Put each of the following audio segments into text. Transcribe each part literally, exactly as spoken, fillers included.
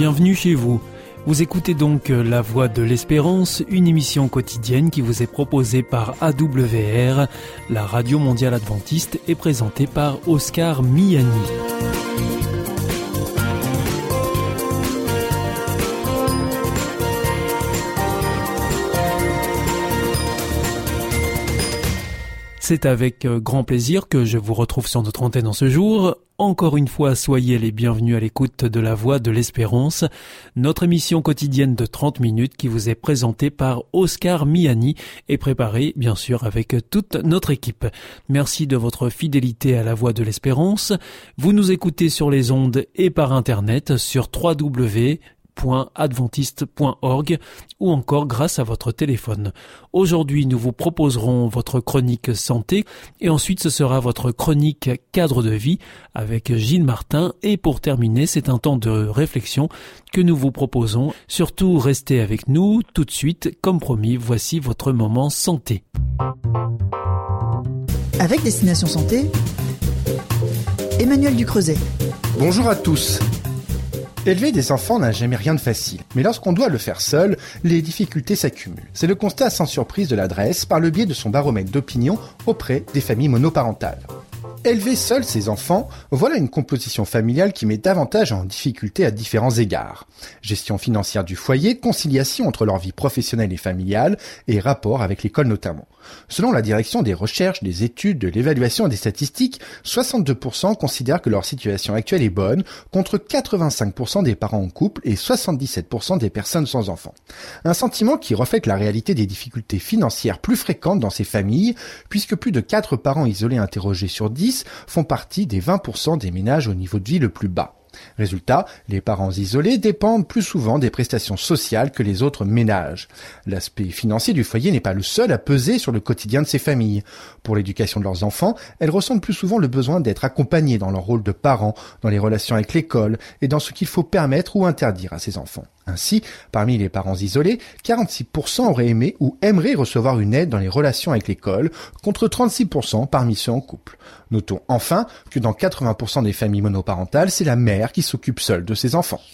bienvenue chez vous. Vous écoutez donc La Voix de l'Espérance, une émission quotidienne qui vous est proposée par A W R, la Radio Mondiale Adventiste, et présentée par Oscar Miani. C'est avec grand plaisir que je vous retrouve sur notre antenne en ce jour. Encore une fois, soyez les bienvenus à l'écoute de La Voix de l'Espérance, notre émission quotidienne de trente minutes qui vous est présentée par Oscar Miani et préparée, bien sûr, avec toute notre équipe. Merci de votre fidélité à La Voix de l'Espérance. Vous nous écoutez sur les ondes et par Internet sur w w w point adventiste point org ou encore grâce à votre téléphone. Aujourd'hui, nous vous proposerons votre chronique santé et ensuite ce sera votre chronique cadre de vie avec Gilles Martin et pour terminer, c'est un temps de réflexion que nous vous proposons. Surtout, restez avec nous tout de suite. Comme promis, voici votre moment santé. Avec Destination Santé, Emmanuel Ducreuset. Bonjour à tous. Élever des enfants n'a jamais rien de facile, mais lorsqu'on doit le faire seul, les difficultés s'accumulent. C'est le constat sans surprise de l'adresse par le biais de son baromètre d'opinion auprès des familles monoparentales. Élever seul ses enfants, voilà une composition familiale qui met davantage en difficulté à différents égards. Gestion financière du foyer, conciliation entre leur vie professionnelle et familiale, et rapport avec l'école notamment. Selon la direction des recherches, des études, de l'évaluation et des statistiques, soixante-deux pour cent considèrent que leur situation actuelle est bonne, contre quatre-vingt-cinq pour cent des parents en couple et soixante-dix-sept pour cent des personnes sans enfants. Un sentiment qui reflète la réalité des difficultés financières plus fréquentes dans ces familles, puisque plus de quatre parents isolés interrogés sur dix font partie des vingt pour cent des ménages au niveau de vie le plus bas. Résultat, les parents isolés dépendent plus souvent des prestations sociales que les autres ménages. L'aspect financier du foyer n'est pas le seul à peser sur le quotidien de ces familles. Pour l'éducation de leurs enfants, elles ressentent plus souvent le besoin d'être accompagnées dans leur rôle de parents, dans les relations avec l'école et dans ce qu'il faut permettre ou interdire à ces enfants. Ainsi, parmi les parents isolés, quarante-six pour cent auraient aimé ou aimeraient recevoir une aide dans les relations avec l'école, contre trente-six pour cent parmi ceux en couple. Notons enfin que dans quatre-vingts pour cent des familles monoparentales, c'est la mère qui s'occupe seule de ses enfants.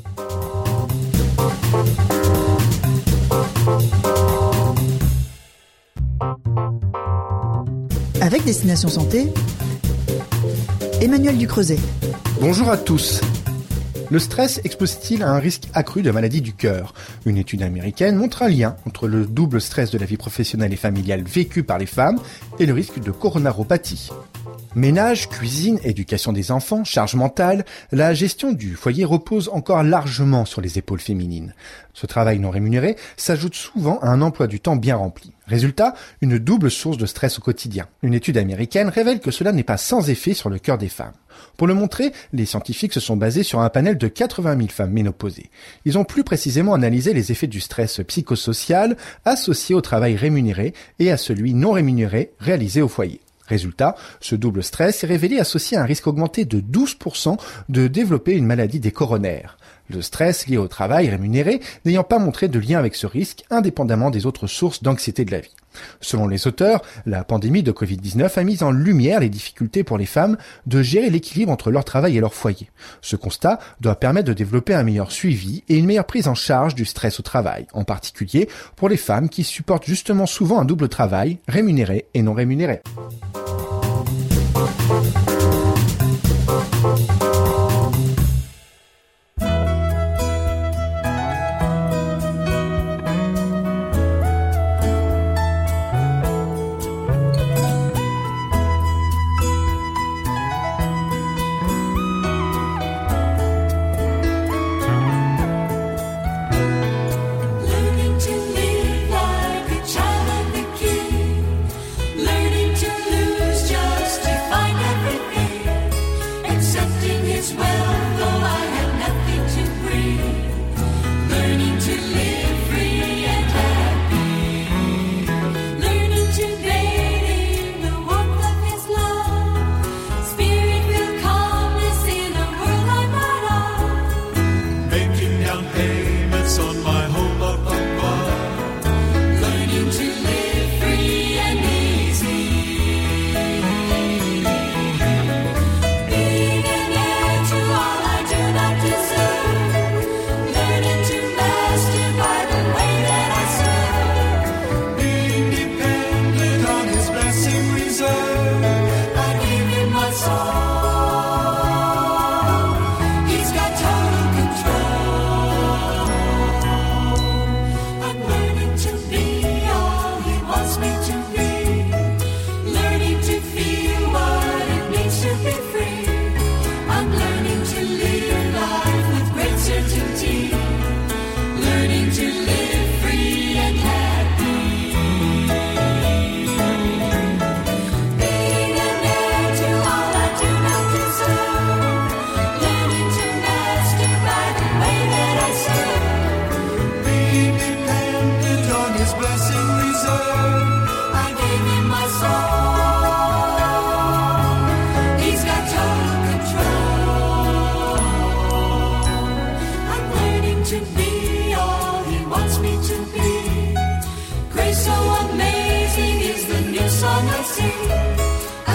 Avec Destination Santé, Emmanuel Ducreuset. Bonjour à tous. Le stress expose-t-il à un risque accru de maladie du cœur ? Une étude américaine montre un lien entre le double stress de la vie professionnelle et familiale vécu par les femmes et le risque de coronaropathie. Ménage, cuisine, éducation des enfants, charge mentale, la gestion du foyer repose encore largement sur les épaules féminines. Ce travail non rémunéré s'ajoute souvent à un emploi du temps bien rempli. Résultat, une double source de stress au quotidien. Une étude américaine révèle que cela n'est pas sans effet sur le cœur des femmes. Pour le montrer, les scientifiques se sont basés sur un panel de quatre-vingt mille femmes ménopausées. Ils ont plus précisément analysé les effets du stress psychosocial associé au travail rémunéré et à celui non rémunéré réalisé au foyer. Résultat, ce double stress est révélé associé à un risque augmenté de douze pour cent de développer une maladie des coronaires. Le stress lié au travail rémunéré n'ayant pas montré de lien avec ce risque, indépendamment des autres sources d'anxiété de la vie. Selon les auteurs, la pandémie de covid dix-neuf a mis en lumière les difficultés pour les femmes de gérer l'équilibre entre leur travail et leur foyer. Ce constat doit permettre de développer un meilleur suivi et une meilleure prise en charge du stress au travail, en particulier pour les femmes qui supportent justement souvent un double travail, rémunéré et non rémunéré. Learning to lose just to find everything.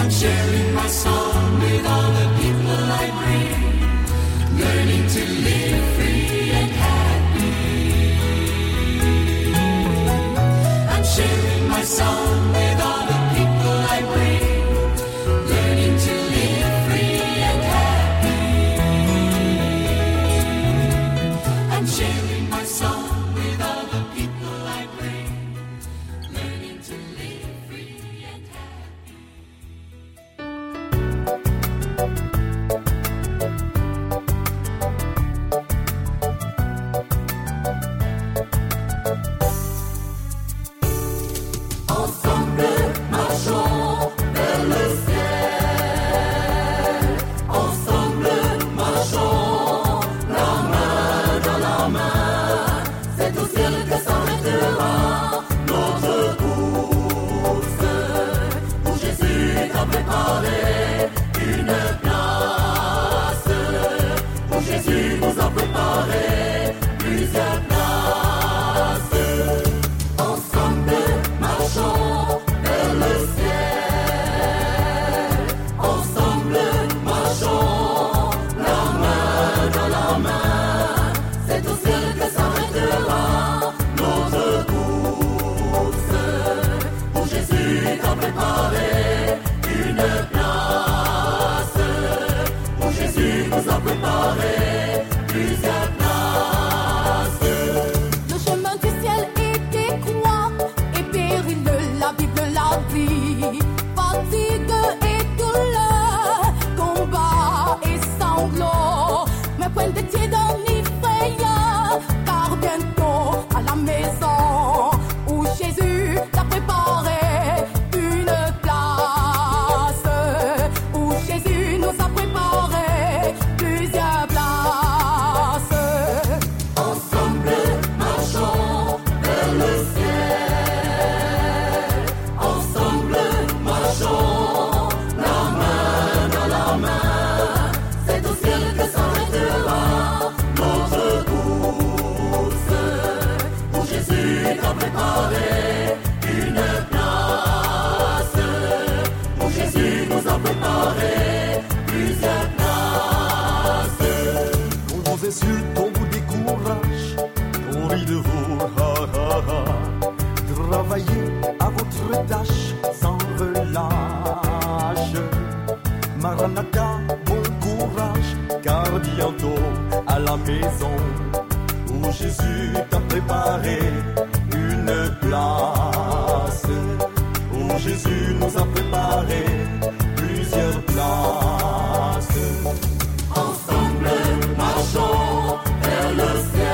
I'm sharing my song with all the people I bring, learning to live free and happy. I'm sharing my song with all the people I bring, learning to live free and happy. I'm sharing my song with all the people I bring, learning to live free and happy. Ensemble, marchons vers le ciel. Ensemble, marchons la main dans la main. C'est au ciel que s'arrêtera notre course, où Jésus t'a préparé une place, où Jésus nous a préparé plusieurs places. Ensemble, marchons vers le ciel. Ensemble, marchons la main dans la main. C'est au ciel que s'arrêtera notre course, où Jésus t'a préparé une place, où Jésus nous a préparé plusieurs places. Le chemin du ciel est étroit et périlleux, la Bible l'a dit. Fatigue et douleur, combat et sanglots. Mais point de tiède ni frayeur, car bientôt à la maison où Jésus t'a préparé une place, où Jésus nous a préparé plusieurs places. Ensemble, marchons vers le ciel. Ensemble, marchons la main dans la main. C'est au ciel que s'arrêtera notre course, où Jésus t'a préparé une place, où Jésus nous a préparé plusieurs places. On vous insulte, on vous décourage, on rit de vous, ha ha ha. Travaillez à votre tâche sans relâche. Maranatha, bon courage, car bientôt à la maison où Jésus t'a préparé une place, où Jésus nous a préparé plusieurs places. Ensemble, marchons vers le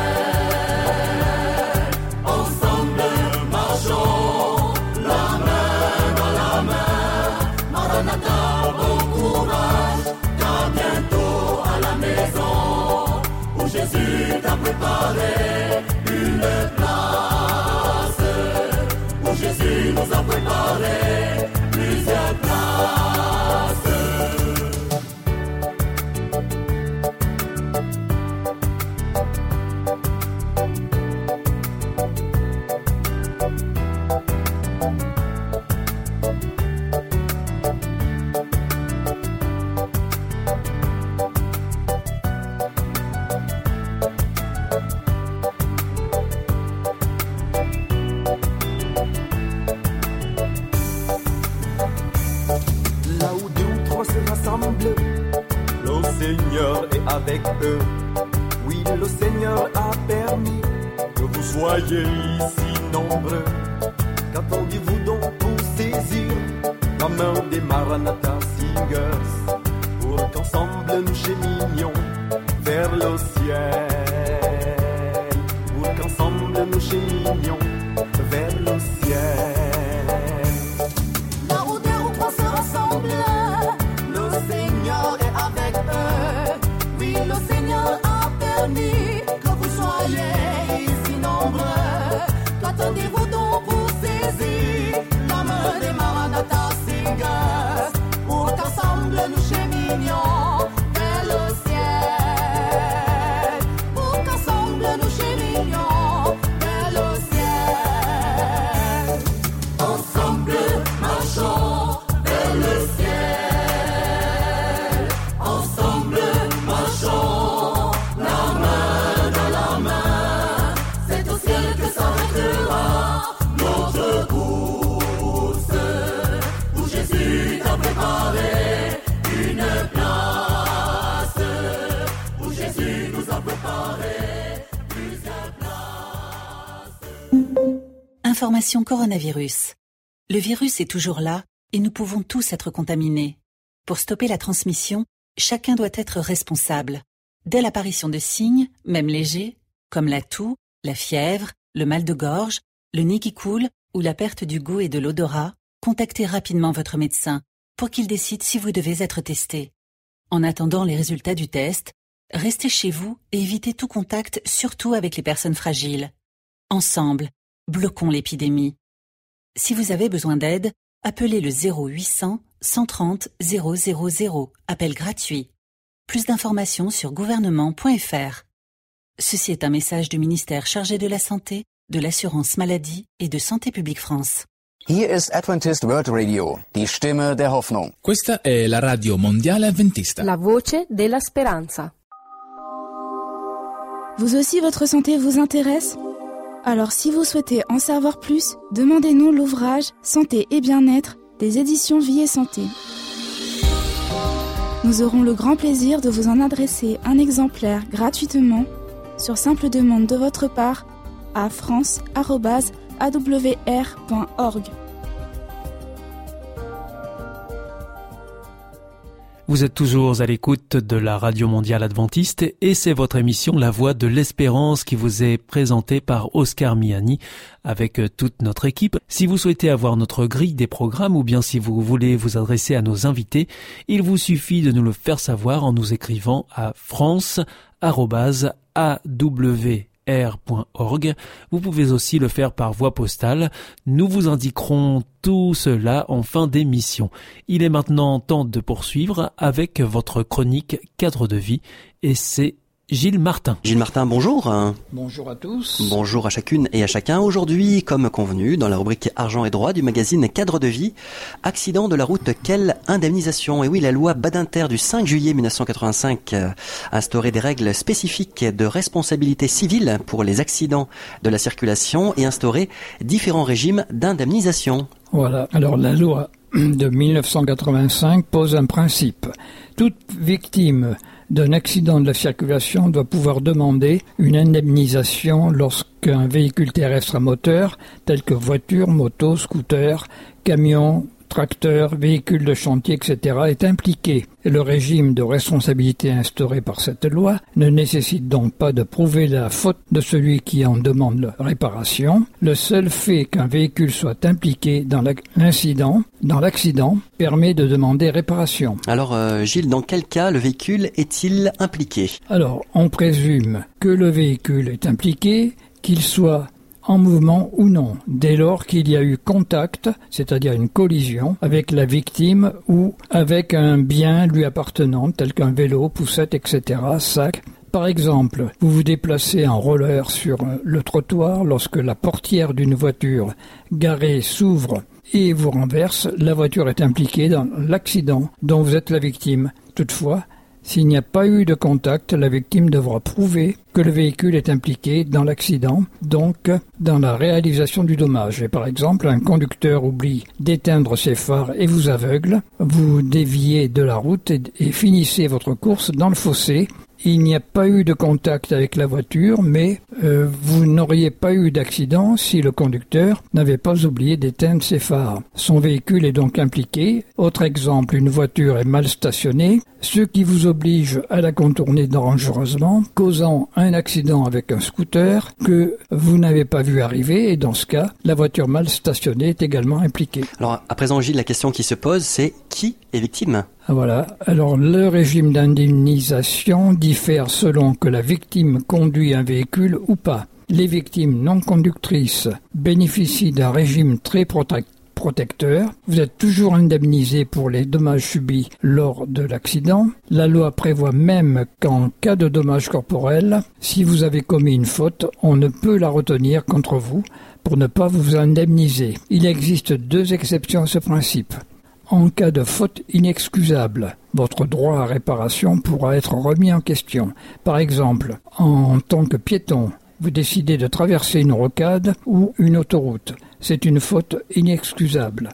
ciel. Ensemble, marchons la main dans la main. Maranatha, bon courage, car bientôt à la maison où Jésus t'a préparé une place, où Jésus nous a préparé plusieurs places. Là où deux ou trois se rassemblent, le Seigneur est avec eux. Oui, le Seigneur a permis que vous soyez ici nombreux. Qu'attendez-vous donc pour saisir la main des Maranatha Singers, pour qu'ensemble nous cheminions vers le ciel, pour qu'ensemble nous cheminions vers le ciel. Là où deux ou trois se rassemblent, le Seigneur est avec eux. Oui, le Seigneur a permis que vous soyez ici nombreux. Qu'attendez-vous donc pour saisir la main des Maranatha Singers, pour qu'ensemble nous cheminions vers le ciel, pour qu'ensemble nous cheminions vers le ciel. Ensemble, marchons vers le ciel. Information coronavirus. Le virus est toujours là et nous pouvons tous être contaminés. Pour stopper la transmission, chacun doit être responsable. Dès l'apparition de signes, même légers, comme la toux, la fièvre, le mal de gorge, le nez qui coule ou la perte du goût et de l'odorat, contactez rapidement votre médecin pour qu'il décide si vous devez être testé. En attendant les résultats du test, restez chez vous et évitez tout contact, surtout avec les personnes fragiles. Ensemble, bloquons l'épidémie. Si vous avez besoin d'aide, appelez le zéro huit cents, cent trente, zéro zéro zéro, appel gratuit. Plus d'informations sur gouvernement point f r. Ceci est un message du ministère chargé de la Santé, de l'Assurance Maladie et de Santé publique France. Hier ist Adventist World Radio, die Stimme der Hoffnung. Questa è la radio mondiale adventista. La voce della speranza. Vous aussi, votre santé vous intéresse ? Alors si vous souhaitez en savoir plus, demandez-nous l'ouvrage Santé et bien-être des éditions Vie et Santé. Nous aurons le grand plaisir de vous en adresser un exemplaire gratuitement sur simple demande de votre part à france arobase a w r point org. Vous êtes toujours à l'écoute de la Radio Mondiale Adventiste et c'est votre émission La Voix de l'Espérance qui vous est présentée par Oscar Miani avec toute notre équipe. Si vous souhaitez avoir notre grille des programmes ou bien si vous voulez vous adresser à nos invités, il vous suffit de nous le faire savoir en nous écrivant à france arobase a w r point org. Vous pouvez aussi le faire par voie postale. Nous vous indiquerons tout cela en fin d'émission. Il est maintenant temps de poursuivre avec votre chronique Cadre de vie et c'est Gilles Martin. Gilles Martin, bonjour. Bonjour à tous. Bonjour à chacune et à chacun. Aujourd'hui, comme convenu, dans la rubrique Argent et droit du magazine Cadre de vie, accident de la route, quelle indemnisation ? Et oui, la loi Badinter du cinq juillet mille neuf cent quatre-vingt-cinq a instauré des règles spécifiques de responsabilité civile pour les accidents de la circulation et instauré différents régimes d'indemnisation. Voilà, alors la loi de mille neuf cent quatre-vingt-cinq pose un principe. Toute victime d'un accident de la circulation doit pouvoir demander une indemnisation lorsqu'un véhicule terrestre à moteur, tel que voiture, moto, scooter, camion, tracteur, véhicule de chantier, et cetera, est impliqué. Et le régime de responsabilité instauré par cette loi ne nécessite donc pas de prouver la faute de celui qui en demande réparation. Le seul fait qu'un véhicule soit impliqué dans l'incident, dans l'accident, permet de demander réparation. Alors euh, Gilles, dans quel cas le véhicule est-il impliqué ? Alors, on présume que le véhicule est impliqué, qu'il soit en mouvement ou non, dès lors qu'il y a eu contact, c'est-à-dire une collision, avec la victime ou avec un bien lui appartenant, tel qu'un vélo, poussette, et cetera, sac. Par exemple, vous vous déplacez en roller sur le trottoir lorsque la portière d'une voiture garée s'ouvre et vous renverse, la voiture est impliquée dans l'accident dont vous êtes la victime. Toutefois, s'il n'y a pas eu de contact, la victime devra prouver que le véhicule est impliqué dans l'accident, donc dans la réalisation du dommage. Et par exemple, un conducteur oublie d'éteindre ses phares et vous aveugle, vous déviez de la route et, et finissez votre course dans le fossé. Il n'y a pas eu de contact avec la voiture, mais euh, vous n'auriez pas eu d'accident si le conducteur n'avait pas oublié d'éteindre ses phares. Son véhicule est donc impliqué. Autre exemple, une voiture est mal stationnée, ce qui vous oblige à la contourner dangereusement, causant un accident avec un scooter que vous n'avez pas vu arriver, et dans ce cas, la voiture mal stationnée est également impliquée. Alors, à présent, Gilles, la question qui se pose, c'est qui est victime ? Voilà. Alors, le régime d'indemnisation diffère selon que la victime conduit un véhicule ou pas. Les victimes non conductrices bénéficient d'un régime très protecteur. protecteur. Vous êtes toujours indemnisé pour les dommages subis lors de l'accident. La loi prévoit même qu'en cas de dommages corporels, si vous avez commis une faute, on ne peut la retenir contre vous pour ne pas vous indemniser. Il existe deux exceptions à ce principe. En cas de faute inexcusable, votre droit à réparation pourra être remis en question. Par exemple, en tant que piéton, vous décidez de traverser une rocade ou une autoroute. C'est une faute inexcusable.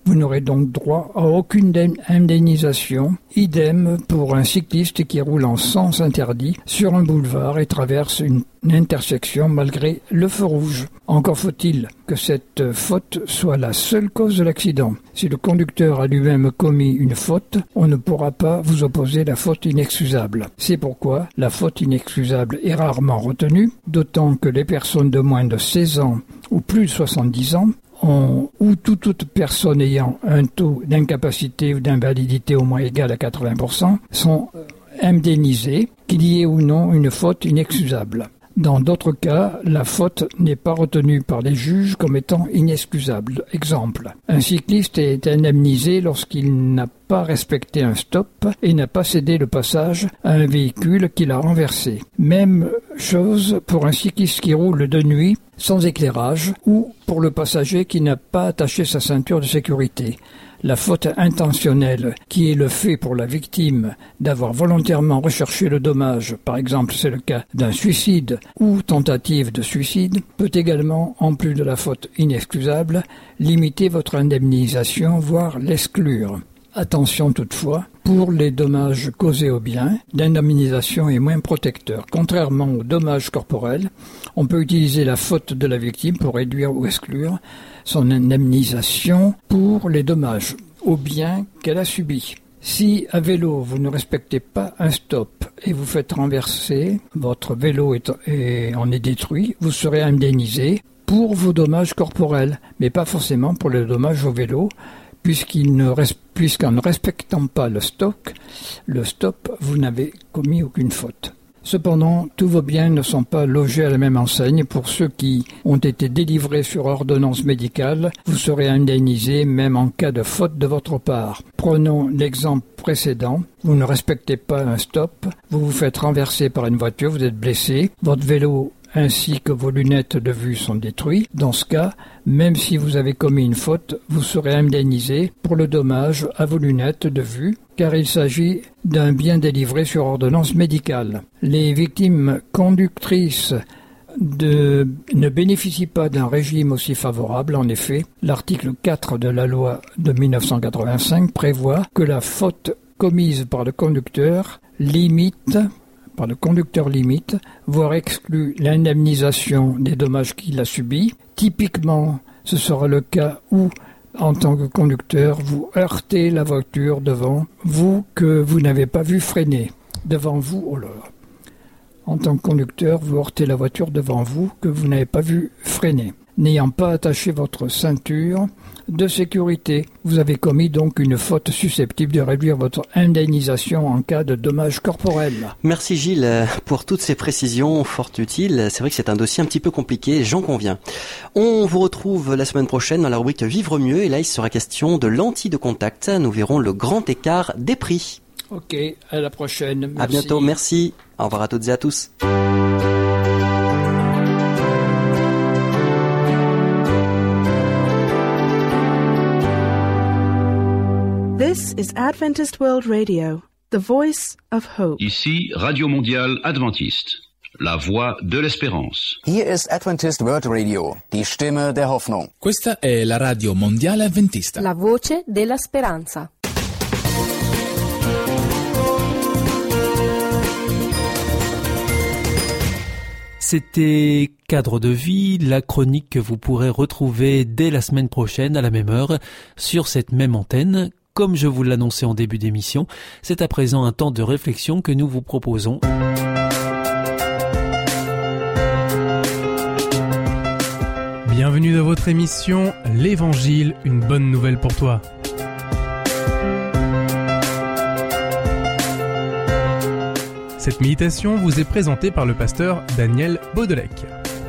Vous n'aurez donc droit à aucune indemnisation. Idem pour un cycliste qui roule en sens interdit sur un boulevard et traverse une intersection malgré le feu rouge. Encore faut-il que cette faute soit la seule cause de l'accident. Si le conducteur a lui-même commis une faute, on ne pourra pas vous opposer la faute inexcusable. C'est pourquoi la faute inexcusable est rarement retenue, d'autant que les personnes de moins de seize ans ou plus de soixante-dix ans ont, ou toute, toute personne ayant un taux d'incapacité ou d'invalidité au moins égal à quatre-vingts pour cent sont indemnisées, qu'il y ait ou non une faute inexcusable. Dans d'autres cas, la faute n'est pas retenue par les juges comme étant inexcusable. Exemple, un cycliste est indemnisé lorsqu'il n'a pas respecté un stop et n'a pas cédé le passage à un véhicule qui l'a renversé. Même chose pour un cycliste qui roule de nuit sans éclairage ou pour le passager qui n'a pas attaché sa ceinture de sécurité. La faute intentionnelle, qui est le fait pour la victime d'avoir volontairement recherché le dommage, par exemple c'est le cas d'un suicide ou tentative de suicide, peut également, en plus de la faute inexcusable, limiter votre indemnisation, voire l'exclure. Attention toutefois, pour les dommages causés au bien, l'indemnisation est moins protecteur. Contrairement aux dommages corporels, on peut utiliser la faute de la victime pour réduire ou exclure son indemnisation pour les dommages au bien qu'elle a subis. Si à vélo vous ne respectez pas un stop et vous faites renverser, votre vélo est, est, en est détruit, vous serez indemnisé pour vos dommages corporels, mais pas forcément pour les dommages au vélo, puisqu'il ne res, puisqu'en ne respectant pas le stock, le stop, vous n'avez commis aucune faute. Cependant, tous vos biens ne sont pas logés à la même enseigne. Pour ceux qui ont été délivrés sur ordonnance médicale, vous serez indemnisé même en cas de faute de votre part. Prenons l'exemple précédent. Vous ne respectez pas un stop, vous vous faites renverser par une voiture, vous êtes blessé, votre vélo ainsi que vos lunettes de vue sont détruits. Dans ce cas, même si vous avez commis une faute, vous serez indemnisé pour le dommage à vos lunettes de vue, car il s'agit d'un bien délivré sur ordonnance médicale. Les victimes conductrices de, ne bénéficient pas d'un régime aussi favorable. En effet, l'article quatre de la loi de mille neuf cent quatre-vingt-cinq prévoit que la faute commise par le conducteur limite par le conducteur limite, voire exclut l'indemnisation des dommages qu'il a subis. Typiquement, ce sera le cas où, en tant que conducteur, vous heurtez la voiture devant vous que vous n'avez pas vu freiner. Devant vous, oh là. En tant que conducteur, vous heurtez la voiture devant vous que vous n'avez pas vu freiner. N'ayant pas attaché votre ceinture de sécurité, vous avez commis donc une faute susceptible de réduire votre indemnisation en cas de dommages corporels. Merci Gilles pour toutes ces précisions fort utiles. C'est vrai que c'est un dossier un petit peu compliqué, j'en conviens. On vous retrouve la semaine prochaine dans la rubrique Vivre mieux et là il sera question de lentilles de contact. Nous verrons le grand écart des prix. Ok, à la prochaine. Merci. À bientôt, merci. Au revoir à toutes et à tous. This is Adventist World Radio, the voice of hope. Ici, Radio Mondiale Adventiste, la voix de l'espérance. Hier ist Adventist World Radio, die Stimme der Hoffnung. Questa è la Radio Mondiale Adventista, la voce della speranza. C'était Cadre de vie, la chronique que vous pourrez retrouver dès la semaine prochaine à la même heure sur cette même antenne. Comme je vous l'annonçais en début d'émission, c'est à présent un temps de réflexion que nous vous proposons. Bienvenue dans votre émission L'Évangile, une bonne nouvelle pour toi. Cette méditation vous est présentée par le pasteur Daniel Baudelec.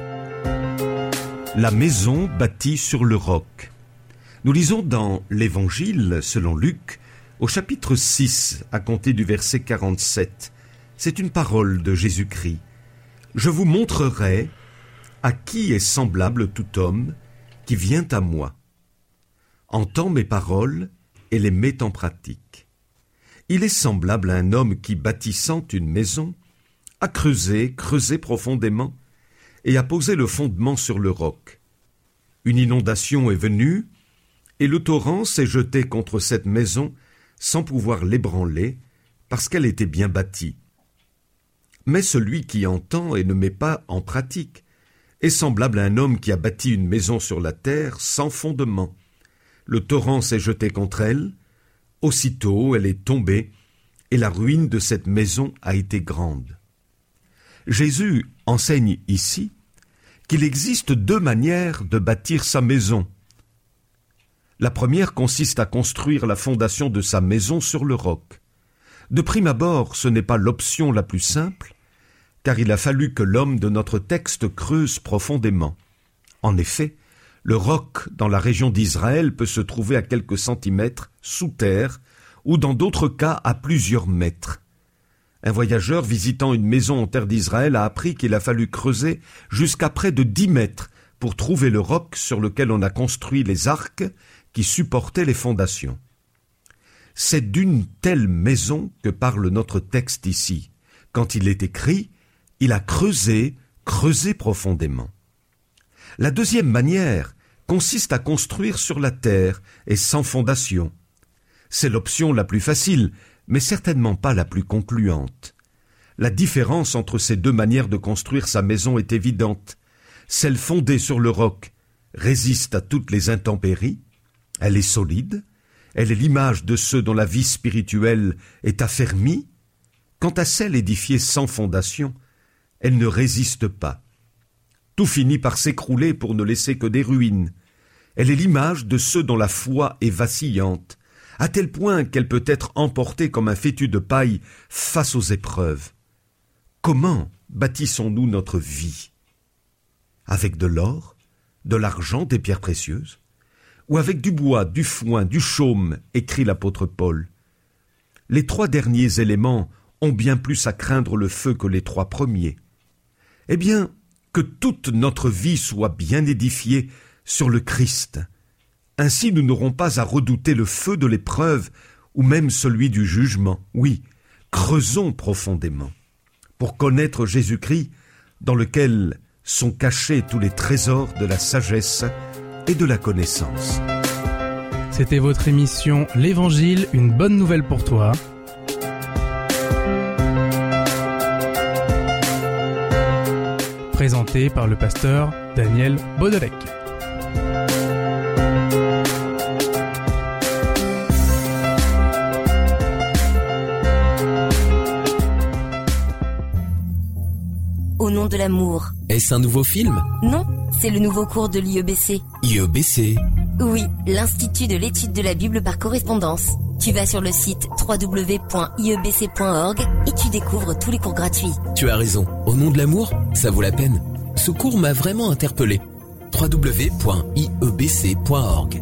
La maison bâtie sur le roc. Nous lisons dans l'Évangile, selon Luc, au chapitre six, à compter du verset quarante-sept. C'est une parole de Jésus-Christ. « Je vous montrerai à qui est semblable tout homme qui vient à moi, entend mes paroles et les met en pratique. Il est semblable à un homme qui, bâtissant une maison, a creusé, creusé profondément et a posé le fondement sur le roc. Une inondation est venue Et le torrent s'est jeté contre cette maison sans pouvoir l'ébranler, parce qu'elle était bien bâtie. Mais celui qui entend et ne met pas en pratique est semblable à un homme qui a bâti une maison sur la terre sans fondement. Le torrent s'est jeté contre elle, aussitôt elle est tombée, et la ruine de cette maison a été grande. Jésus enseigne ici qu'il existe deux manières de bâtir sa maison. La première consiste à construire la fondation de sa maison sur le roc. De prime abord, ce n'est pas l'option la plus simple, car il a fallu que l'homme de notre texte creuse profondément. En effet, le roc dans la région d'Israël peut se trouver à quelques centimètres sous terre, ou dans d'autres cas à plusieurs mètres. Un voyageur visitant une maison en terre d'Israël a appris qu'il a fallu creuser jusqu'à près de dix mètres pour trouver le roc sur lequel on a construit les arcs qui supportaient les fondations. C'est d'une telle maison que parle notre texte ici. Quand il est écrit, il a creusé, creusé profondément. La deuxième manière consiste à construire sur la terre et sans fondation. C'est l'option la plus facile, mais certainement pas la plus concluante. La différence entre ces deux manières de construire sa maison est évidente. Celle fondée sur le roc résiste à toutes les intempéries, elle est solide, elle est l'image de ceux dont la vie spirituelle est affermie. Quant à celle édifiée sans fondation, elle ne résiste pas. Tout finit par s'écrouler pour ne laisser que des ruines. Elle est l'image de ceux dont la foi est vacillante, à tel point qu'elle peut être emportée comme un fétu de paille face aux épreuves. Comment bâtissons-nous notre vie? Avec de l'or, de l'argent, des pierres précieuses? Ou avec du bois, du foin, du chaume, écrit l'apôtre Paul? Les trois derniers éléments ont bien plus à craindre le feu que les trois premiers. Eh bien, que toute notre vie soit bien édifiée sur le Christ. Ainsi nous n'aurons pas à redouter le feu de l'épreuve ou même celui du jugement. Oui, creusons profondément pour connaître Jésus-Christ dans lequel sont cachés tous les trésors de la sagesse et de la connaissance. C'était votre émission L'Évangile, une bonne nouvelle pour toi. Présenté par le pasteur Daniel Baudelec. Au nom de l'amour. Est-ce un nouveau film? Non, c'est le nouveau cours de l'I E B C. I E B C? Oui, l'Institut de l'étude de la Bible par correspondance. Tu vas sur le site w w w point i e b c point org et tu découvres tous les cours gratuits. Tu as raison, au nom de l'amour, ça vaut la peine. Ce cours m'a vraiment interpellé. w w w point i e b c point org.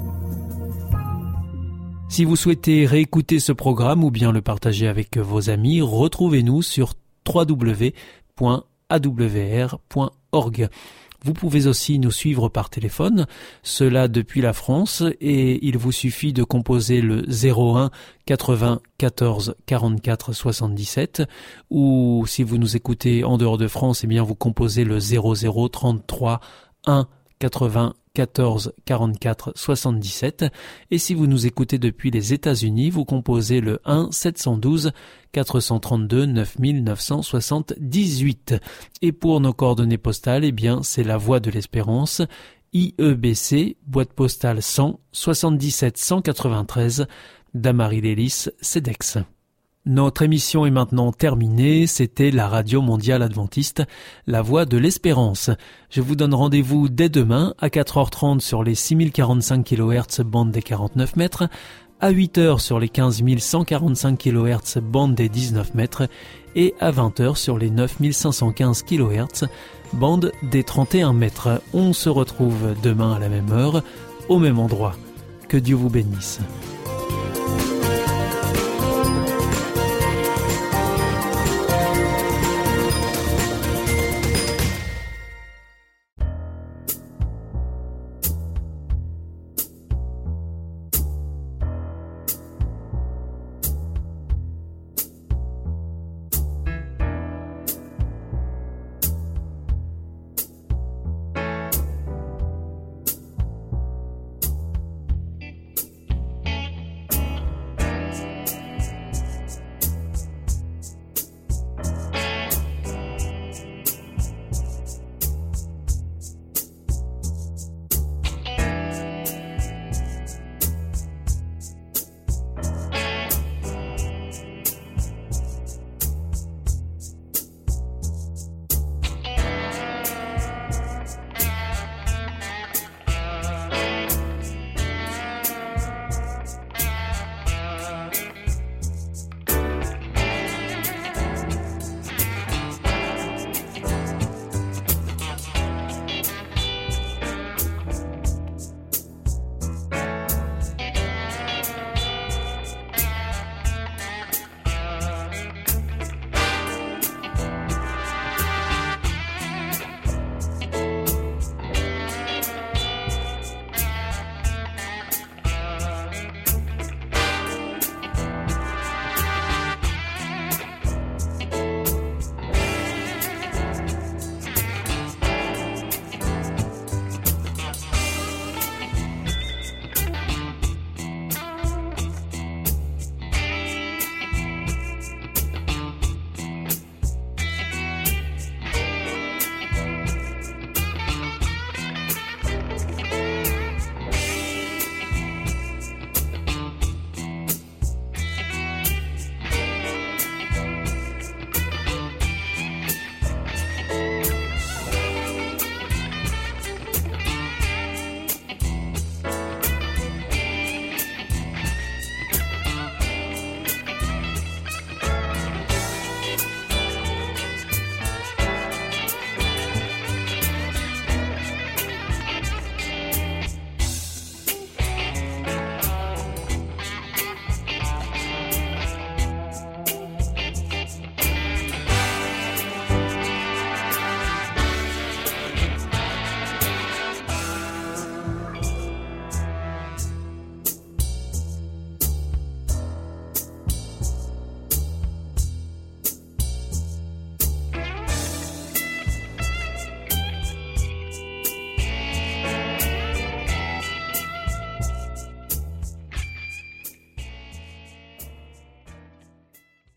Si vous souhaitez réécouter ce programme ou bien le partager avec vos amis, retrouvez-nous sur w w w point a w r point org. Vous pouvez aussi nous suivre par téléphone, cela depuis la France, et il vous suffit de composer le zéro un quatre-vingts quatorze quarante-quatre soixante-dix-sept, ou si vous nous écoutez en dehors de France, eh bien vous composez le zéro zéro trente-trois un quatre-vingts quatorze quarante-quatre soixante-dix-sept, et si vous nous écoutez depuis les États-Unis, vous composez le un sept un deux quatre cent trente-deux neuf mille neuf cent soixante-dix-huit. Et pour nos coordonnées postales, eh bien c'est la Voie de l'Espérance, I E B C, boîte postale cent soixante-dix-sept cent quatre-vingt-treize, Damary-Lélis, Cedex. Notre émission est maintenant terminée, c'était la Radio Mondiale Adventiste, la Voix de l'Espérance. Je vous donne rendez-vous dès demain à quatre heures trente sur les six mille quarante-cinq kilohertz bande des quarante-neuf mètres, à huit heures sur les quinze mille cent quarante-cinq kilohertz bande des dix-neuf mètres et à vingt heures sur les neuf mille cinq cent quinze kilohertz bande des trente et un mètres. On se retrouve demain à la même heure, au même endroit. Que Dieu vous bénisse.